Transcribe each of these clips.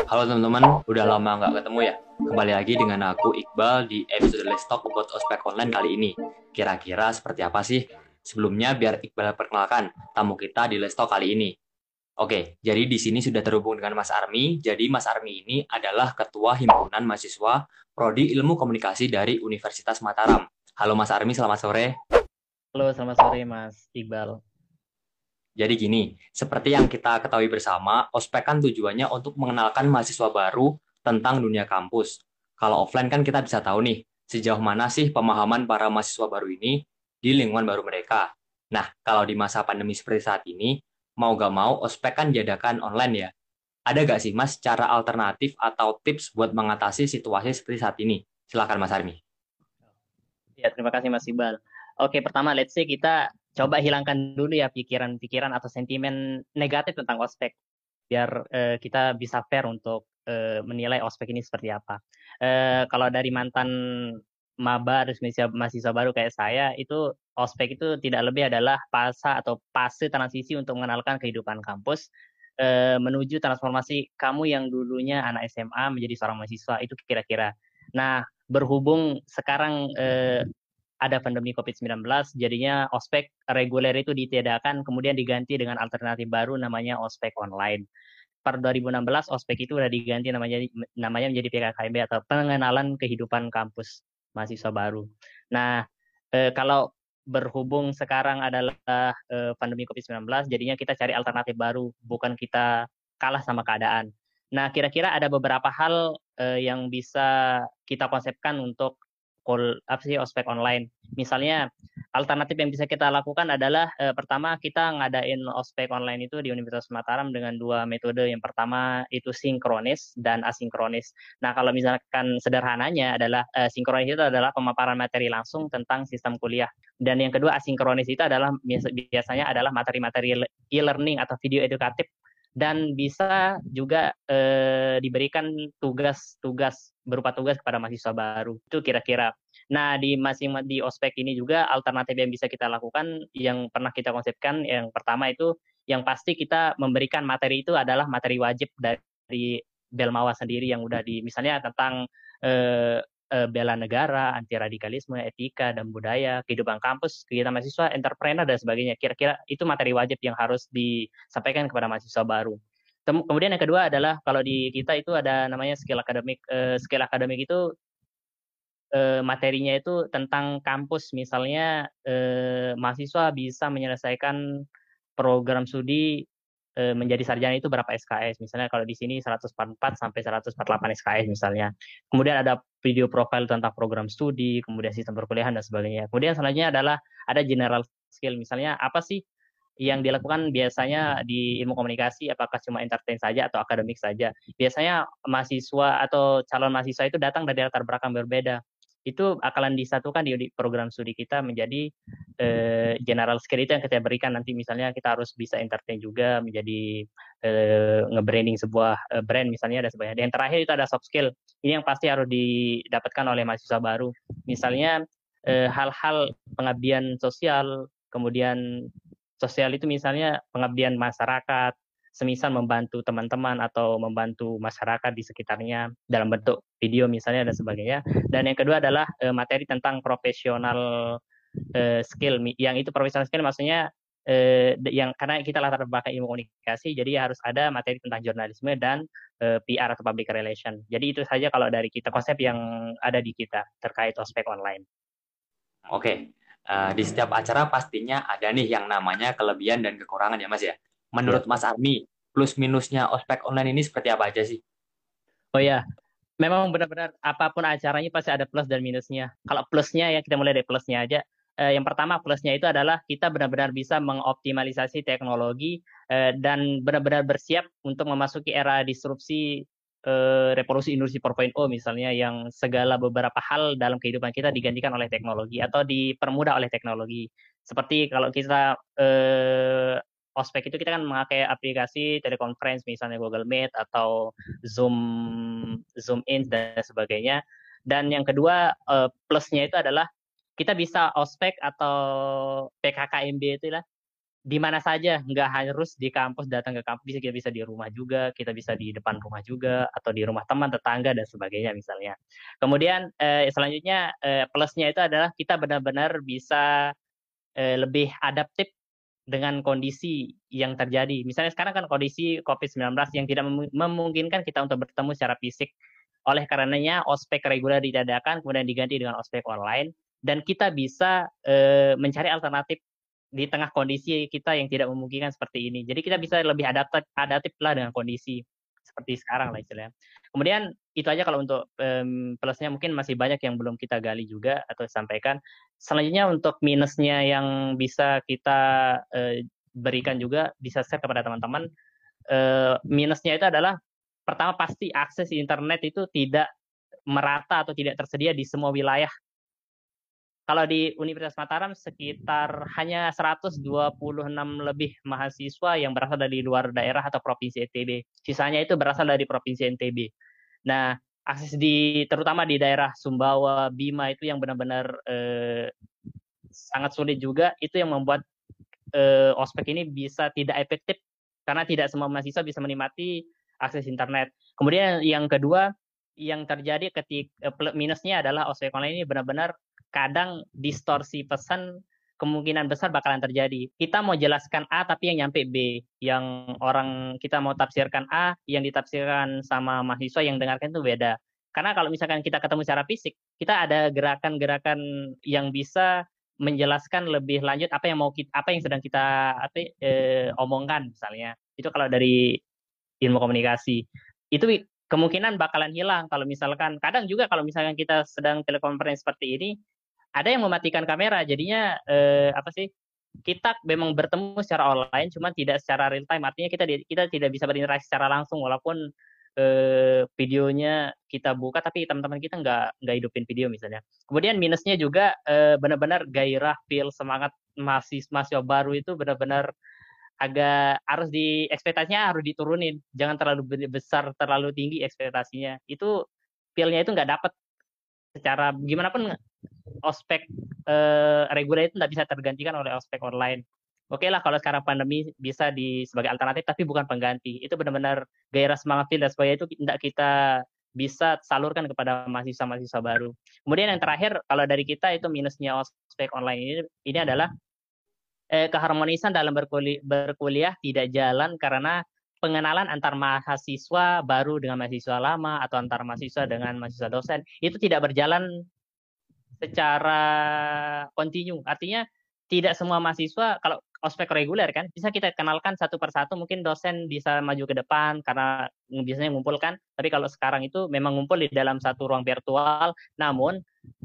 Halo teman-teman, udah lama nggak ketemu ya? Kembali lagi dengan aku Iqbal di episode Let's Talk About Ospek Online kali ini. Kira-kira seperti apa sih? Sebelumnya biar Iqbal perkenalkan tamu kita di Let's Talk kali ini. Oke, jadi di sini sudah terhubung dengan Mas Armi. Jadi Mas Armi ini adalah Ketua Himpunan Mahasiswa Prodi Ilmu Komunikasi dari Universitas Mataram. Halo Mas Armi, selamat sore. Halo, selamat sore Mas Iqbal. Jadi gini, seperti yang kita ketahui bersama, ospek kan tujuannya untuk mengenalkan mahasiswa baru tentang dunia kampus. Kalau offline kan kita bisa tahu nih, sejauh mana sih pemahaman para mahasiswa baru ini di lingkungan baru mereka. Nah, kalau di masa pandemi seperti saat ini, mau gak mau ospek kan diadakan online ya. Ada gak sih Mas cara alternatif atau tips buat mengatasi situasi seperti saat ini? Silakan Mas Armi. Ya, terima kasih Mas Iqbal. Oke, pertama let's say kita coba hilangkan dulu ya pikiran-pikiran atau sentimen negatif tentang ospek biar kita bisa fair untuk menilai ospek ini seperti apa. Kalau dari mantan maba terus mahasiswa baru kayak saya itu ospek itu tidak lebih adalah fase transisi untuk mengenalkan kehidupan kampus menuju transformasi kamu yang dulunya anak SMA menjadi seorang mahasiswa itu kira-kira. Nah, berhubung sekarang ada pandemi COVID-19, jadinya ospek reguler itu ditiadakan, kemudian diganti dengan alternatif baru namanya ospek online. Per 2016 ospek itu udah diganti namanya menjadi PKKMB atau pengenalan kehidupan kampus mahasiswa baru. Nah, kalau berhubung sekarang adalah pandemi COVID-19, jadinya kita cari alternatif baru, bukan kita kalah sama keadaan. Nah, kira-kira ada beberapa hal yang bisa kita konsepkan untuk apa sih ospek online. Misalnya alternatif yang bisa kita lakukan adalah pertama kita ngadain ospek online itu di Universitas Mataram dengan dua metode. Yang pertama itu sinkronis dan asinkronis. Nah, kalau misalkan sederhananya adalah sinkronis itu adalah pemaparan materi langsung tentang sistem kuliah. Dan yang kedua asinkronis itu adalah biasanya adalah materi-materi e-learning atau video edukatif dan bisa juga diberikan tugas-tugas berupa tugas kepada mahasiswa baru. Itu kira-kira. Nah, di ospek ini juga alternatif yang bisa kita lakukan yang pernah kita konsepkan yang pertama itu yang pasti kita memberikan materi itu adalah materi wajib dari Belmawa sendiri yang udah di misalnya tentang eh, bela negara, anti radikalisme, etika dan budaya, kehidupan kampus, kegiatan mahasiswa, entrepreneur dan sebagainya. Kira-kira itu materi wajib yang harus disampaikan kepada mahasiswa baru. Kemudian yang kedua adalah kalau di kita itu ada namanya skill akademik. Skill akademik itu materinya itu tentang kampus, misalnya mahasiswa bisa menyelesaikan program studi menjadi sarjana itu berapa SKS, misalnya kalau di sini 144 sampai 148 SKS misalnya. Kemudian ada video profile tentang program studi, kemudian sistem perkuliahan dan sebagainya. Kemudian selanjutnya adalah ada general skill, misalnya apa sih yang dilakukan biasanya di ilmu komunikasi, apakah cuma entertain saja atau akademik saja. Biasanya mahasiswa atau calon mahasiswa itu datang dari latar belakang berbeda. Itu akan disatukan di program studi kita menjadi general skill itu yang kita berikan nanti misalnya kita harus bisa entertain juga menjadi nge-branding sebuah brand misalnya dan sebagainya. Dan yang terakhir itu ada soft skill. Ini yang pasti harus didapatkan oleh mahasiswa baru. Misalnya hal-hal pengabdian sosial, kemudian sosial itu misalnya pengabdian masyarakat, semisal membantu teman-teman atau membantu masyarakat di sekitarnya dalam bentuk video misalnya dan sebagainya. Dan yang kedua adalah materi tentang profesional skill. Yang itu profesional skill maksudnya yang karena kita latar belakang ilmu komunikasi, jadi harus ada materi tentang jurnalisme dan PR atau public relation. Jadi itu saja kalau dari kita konsep yang ada di kita terkait ospek online. Oke, di setiap acara pastinya ada nih yang namanya kelebihan dan kekurangan ya Mas ya. Ya. Menurut Mas Armi, plus minusnya ospek online ini seperti apa aja sih? Oh ya, memang benar-benar apapun acaranya pasti ada plus dan minusnya. Kalau plusnya ya kita mulai dari plusnya aja. Yang pertama plusnya itu adalah kita benar-benar bisa mengoptimalisasi teknologi dan benar-benar bersiap untuk memasuki era disrupsi revolusi industri 4.0 misalnya yang segala beberapa hal dalam kehidupan kita digantikan oleh teknologi atau dipermudah oleh teknologi. Seperti kalau kita ospek itu kita kan memakai aplikasi teleconference misalnya Google Meet atau Zoom Zoom in dan sebagainya. Dan yang kedua plusnya itu adalah kita bisa ospek atau PKKMB itu lah di mana saja, nggak harus di kampus, datang ke kampus, kita bisa di rumah juga, kita bisa di depan rumah juga, atau di rumah teman, tetangga, dan sebagainya misalnya. Kemudian selanjutnya plusnya itu adalah kita benar-benar bisa lebih adaptif dengan kondisi yang terjadi. Misalnya sekarang kan kondisi COVID-19 yang tidak memungkinkan kita untuk bertemu secara fisik. Oleh karenanya ospek reguler diadakan, kemudian diganti dengan ospek online, dan kita bisa mencari alternatif di tengah kondisi kita yang tidak memungkinkan seperti ini. Jadi kita bisa lebih adaptif lah dengan kondisi seperti sekarang lah istilahnya. Kemudian itu aja kalau untuk plusnya, mungkin masih banyak yang belum kita gali juga atau sampaikan. Selanjutnya untuk minusnya yang bisa kita berikan juga, bisa share kepada teman-teman. Minusnya itu adalah pertama pasti akses internet itu tidak merata atau tidak tersedia di semua wilayah. Kalau di Universitas Mataram sekitar hanya 126 lebih mahasiswa yang berasal dari luar daerah atau provinsi NTB. Sisanya itu berasal dari provinsi NTB. Nah, akses terutama di daerah Sumbawa, Bima itu yang benar-benar sangat sulit juga. Itu yang membuat ospek ini bisa tidak efektif karena tidak semua mahasiswa bisa menikmati akses internet. Kemudian yang kedua yang terjadi minusnya adalah ospek online ini benar-benar kadang distorsi pesan kemungkinan besar bakalan terjadi. Kita mau jelaskan A tapi yang nyampe B, yang orang kita mau tafsirkan A, yang ditafsirkan sama mahasiswa yang dengarkan itu beda. Karena kalau misalkan kita ketemu secara fisik, kita ada gerakan-gerakan yang bisa menjelaskan lebih lanjut apa yang sedang kita omongkan misalnya. Itu kalau dari ilmu komunikasi. Itu kemungkinan bakalan hilang kalau misalkan kadang juga kalau misalkan kita sedang telekonferensi seperti ini ada yang mematikan kamera, jadinya kita memang bertemu secara online, cuma tidak secara real time. Artinya kita tidak bisa berinteraksi secara langsung, walaupun videonya kita buka, tapi teman-teman kita nggak hidupin video misalnya. Kemudian minusnya juga benar-benar gairah, feel, semangat mahasiswa baru itu benar-benar agak ekspektasinya harus diturunin. Jangan terlalu besar, terlalu tinggi ekspektasinya. Itu feel-nya itu nggak dapat secara gimana pun ospek reguler itu nggak bisa tergantikan oleh ospek online. Oke lah kalau sekarang pandemi bisa sebagai alternatif, tapi bukan pengganti. Itu benar-benar gairah, semangat, feel, dan sebagainya itu tidak kita bisa salurkan kepada mahasiswa-mahasiswa baru. Kemudian yang terakhir, kalau dari kita itu minusnya ospek online ini adalah keharmonisan dalam berkuliah tidak jalan karena pengenalan antar mahasiswa baru dengan mahasiswa lama atau antar mahasiswa dengan mahasiswa dosen itu tidak berjalan secara kontinu. Artinya tidak semua mahasiswa, kalau ospek reguler kan bisa kita kenalkan satu persatu, mungkin dosen bisa maju ke depan karena biasanya ngumpulkan, tapi kalau sekarang itu memang ngumpul di dalam satu ruang virtual, namun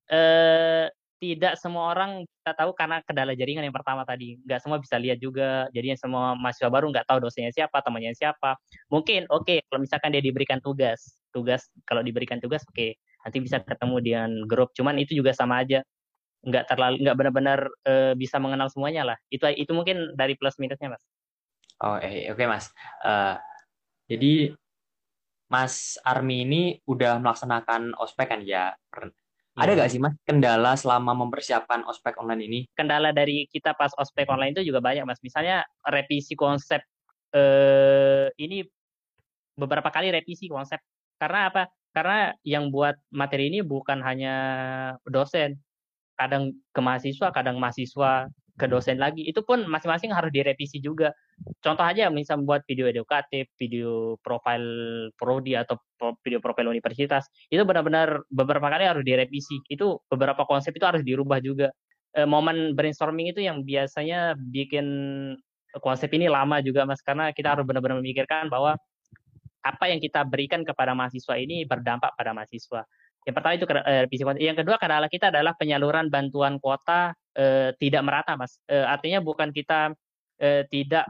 tidak semua orang kita tahu karena kendala jaringan yang pertama tadi. Nggak semua bisa lihat juga, jadinya semua mahasiswa baru nggak tahu dosennya siapa, temannya siapa. Mungkin kalau misalkan dia diberikan tugas kalau diberikan tugas nanti bisa ketemu dengan grup. Cuman itu juga sama aja, nggak benar-benar bisa mengenal semuanya lah. Itu mungkin dari plus minusnya, Mas. Oke, Mas. Jadi Mas Armi ini udah melaksanakan ospek kan ya? Ada nggak Ya. sih Mas kendala selama mempersiapkan ospek online ini? Kendala dari kita pas ospek online itu juga banyak, Mas. Misalnya revisi konsep ini beberapa kali revisi konsep. Karena apa? Karena yang buat materi ini bukan hanya dosen, kadang ke mahasiswa, kadang mahasiswa ke dosen lagi. Itu pun masing-masing harus direvisi juga. Contoh aja, misal buat video edukatif, video profil prodi atau video profil universitas, itu benar-benar beberapa kali harus direvisi. Itu beberapa konsep itu harus dirubah juga. Momen brainstorming itu yang biasanya bikin konsep ini lama juga, Mas, karena kita harus benar-benar memikirkan bahwa apa yang kita berikan kepada mahasiswa ini berdampak pada mahasiswa. Yang pertama itu revisi kuota. Yang kedua kendala kita adalah penyaluran bantuan kuota tidak merata, Mas. Artinya bukan kita tidak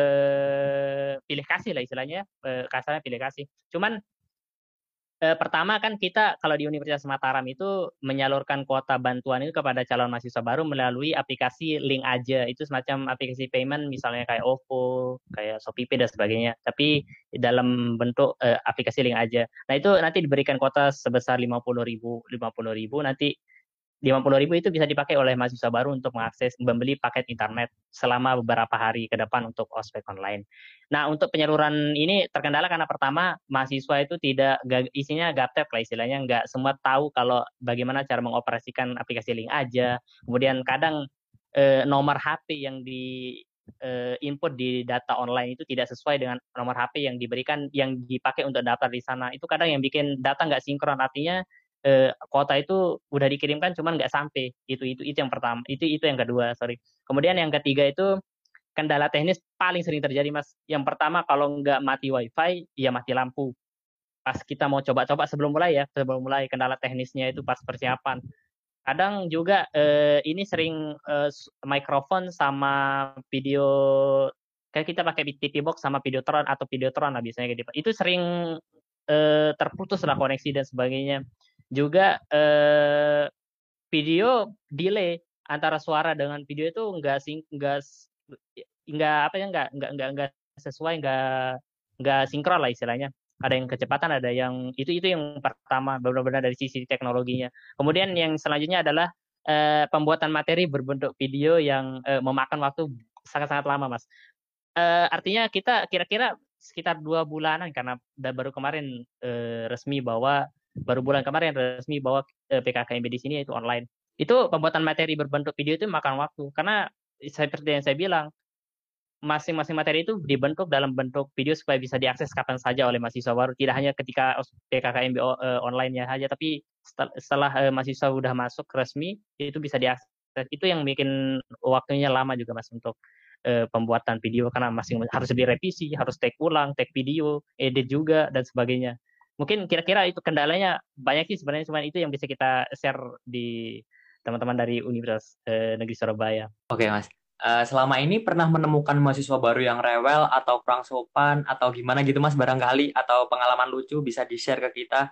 pilih kasih lah istilahnya, kasarnya pilih kasih. Cuman pertama kan kita kalau di Universitas Mataram itu menyalurkan kuota bantuan itu kepada calon mahasiswa baru melalui aplikasi link aja. Itu semacam aplikasi payment misalnya kayak OVO, kayak ShopeePay dan sebagainya. Tapi dalam bentuk aplikasi link aja. Nah itu nanti diberikan kuota sebesar 50.000, nanti 50.000 itu bisa dipakai oleh mahasiswa baru untuk mengakses membeli paket internet selama beberapa hari ke depan untuk ospek online. Nah, untuk penyaluran ini terkendala karena pertama mahasiswa itu tidak isinya gaptek lah istilahnya, nggak semua tahu kalau bagaimana cara mengoperasikan aplikasi link aja. Kemudian kadang nomor HP yang di input di data online itu tidak sesuai dengan nomor HP yang diberikan yang dipakai untuk daftar di sana. Itu kadang yang bikin data nggak sinkron, artinya kuota itu udah dikirimkan cuman nggak sampai. Itu yang pertama. Itu yang kedua, sorry. Kemudian yang ketiga itu kendala teknis paling sering terjadi, Mas. Yang pertama kalau nggak mati WiFi, ya mati lampu. Pas kita mau coba-coba sebelum mulai kendala teknisnya itu pas persiapan. Kadang juga ini sering mikrofon sama video kayak kita pakai TV box sama Videotron atau Videotron lah biasanya gitu. Itu sering terputus lah koneksi dan sebagainya. Juga video delay antara suara dengan video itu nggak sesuai, nggak sinkron lah istilahnya. Ada yang kecepatan, ada yang itu yang pertama benar-benar dari sisi teknologinya. Kemudian yang selanjutnya adalah pembuatan materi berbentuk video yang memakan waktu sangat-sangat lama, Mas. Artinya kita kira-kira sekitar 2 bulanan karena baru kemarin baru bulan kemarin resmi bahwa PKKMB di sini itu online. Itu pembuatan materi berbentuk video itu makan waktu karena seperti yang saya bilang, masing-masing materi itu dibentuk dalam bentuk video supaya bisa diakses kapan saja oleh mahasiswa baru, tidak hanya ketika PKKMB online-nya saja, tapi setelah mahasiswa sudah masuk resmi itu bisa diakses. Itu yang bikin waktunya lama juga, Mas, untuk pembuatan video karena masing harus direvisi, harus take ulang, take video, edit juga dan sebagainya. Mungkin kira-kira itu kendalanya banyak sih sebenarnya, cuma itu yang bisa kita share di teman-teman dari Universitas Negeri Surabaya. Oke, Mas. Selama ini pernah menemukan mahasiswa baru yang rewel atau kurang sopan atau gimana gitu, Mas, barangkali, atau pengalaman lucu bisa di-share ke kita?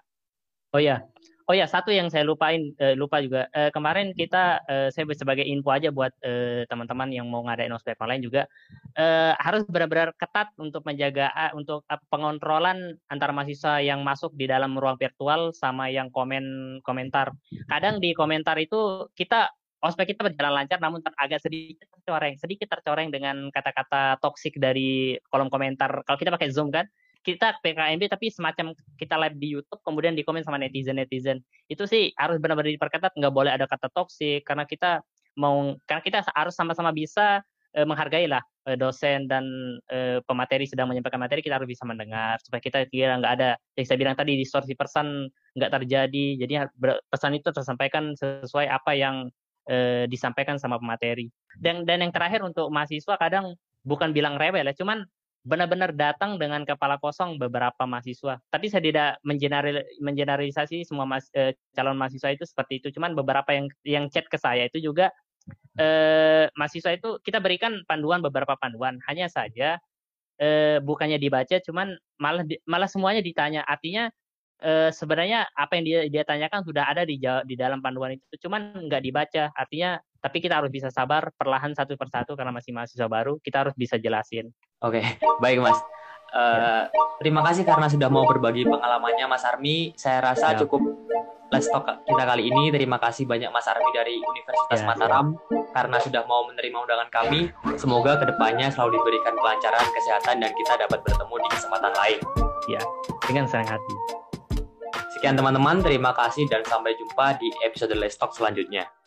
Oh ya, satu yang saya lupa juga. Kemarin saya sebagai info aja buat teman-teman yang mau ngadain ospek online juga, harus benar-benar ketat untuk menjaga untuk pengontrolan antara mahasiswa yang masuk di dalam ruang virtual sama yang komentar. Kadang di komentar itu ospek kita berjalan lancar, namun agak sedikit tercoreng dengan kata-kata toksik dari kolom komentar. Kalau kita pakai Zoom kan, kita PKMB tapi semacam kita live di YouTube kemudian dikomen sama netizen. Itu sih harus benar-benar diperketat, nggak boleh ada kata toksik karena kita harus sama-sama bisa menghargai lah dosen dan pemateri sedang menyampaikan materi, kita harus bisa mendengar supaya kita kira nggak ada yang saya bilang tadi distorsi pesan nggak terjadi. Jadi pesan itu tersampaikan sesuai apa yang disampaikan sama pemateri. Dan yang terakhir untuk mahasiswa kadang bukan bilang rewel ya, cuman benar-benar datang dengan kepala kosong beberapa mahasiswa. Tapi saya tidak mengeneralisasi semua calon mahasiswa itu seperti itu. Cuman beberapa yang chat ke saya itu juga mahasiswa itu kita berikan beberapa panduan. Hanya saja bukannya dibaca, cuman malah semuanya ditanya. Artinya sebenarnya apa yang dia tanyakan sudah ada di dalam panduan itu, cuman nggak dibaca. Artinya, tapi kita harus bisa sabar, perlahan satu persatu karena masih mahasiswa baru, kita harus bisa jelasin. Oke, baik, Mas. Terima kasih karena sudah mau berbagi pengalamannya, Mas Army. Saya rasa cukup Let's Talk kita kali ini. Terima kasih banyak Mas Army dari Universitas Mataram karena sudah mau menerima undangan kami. Semoga kedepannya selalu diberikan kelancaran, kesehatan, dan kita dapat bertemu di kesempatan lain. Ya, dengan senang hati. Sekian teman-teman, terima kasih dan sampai jumpa di episode Let's Talk selanjutnya.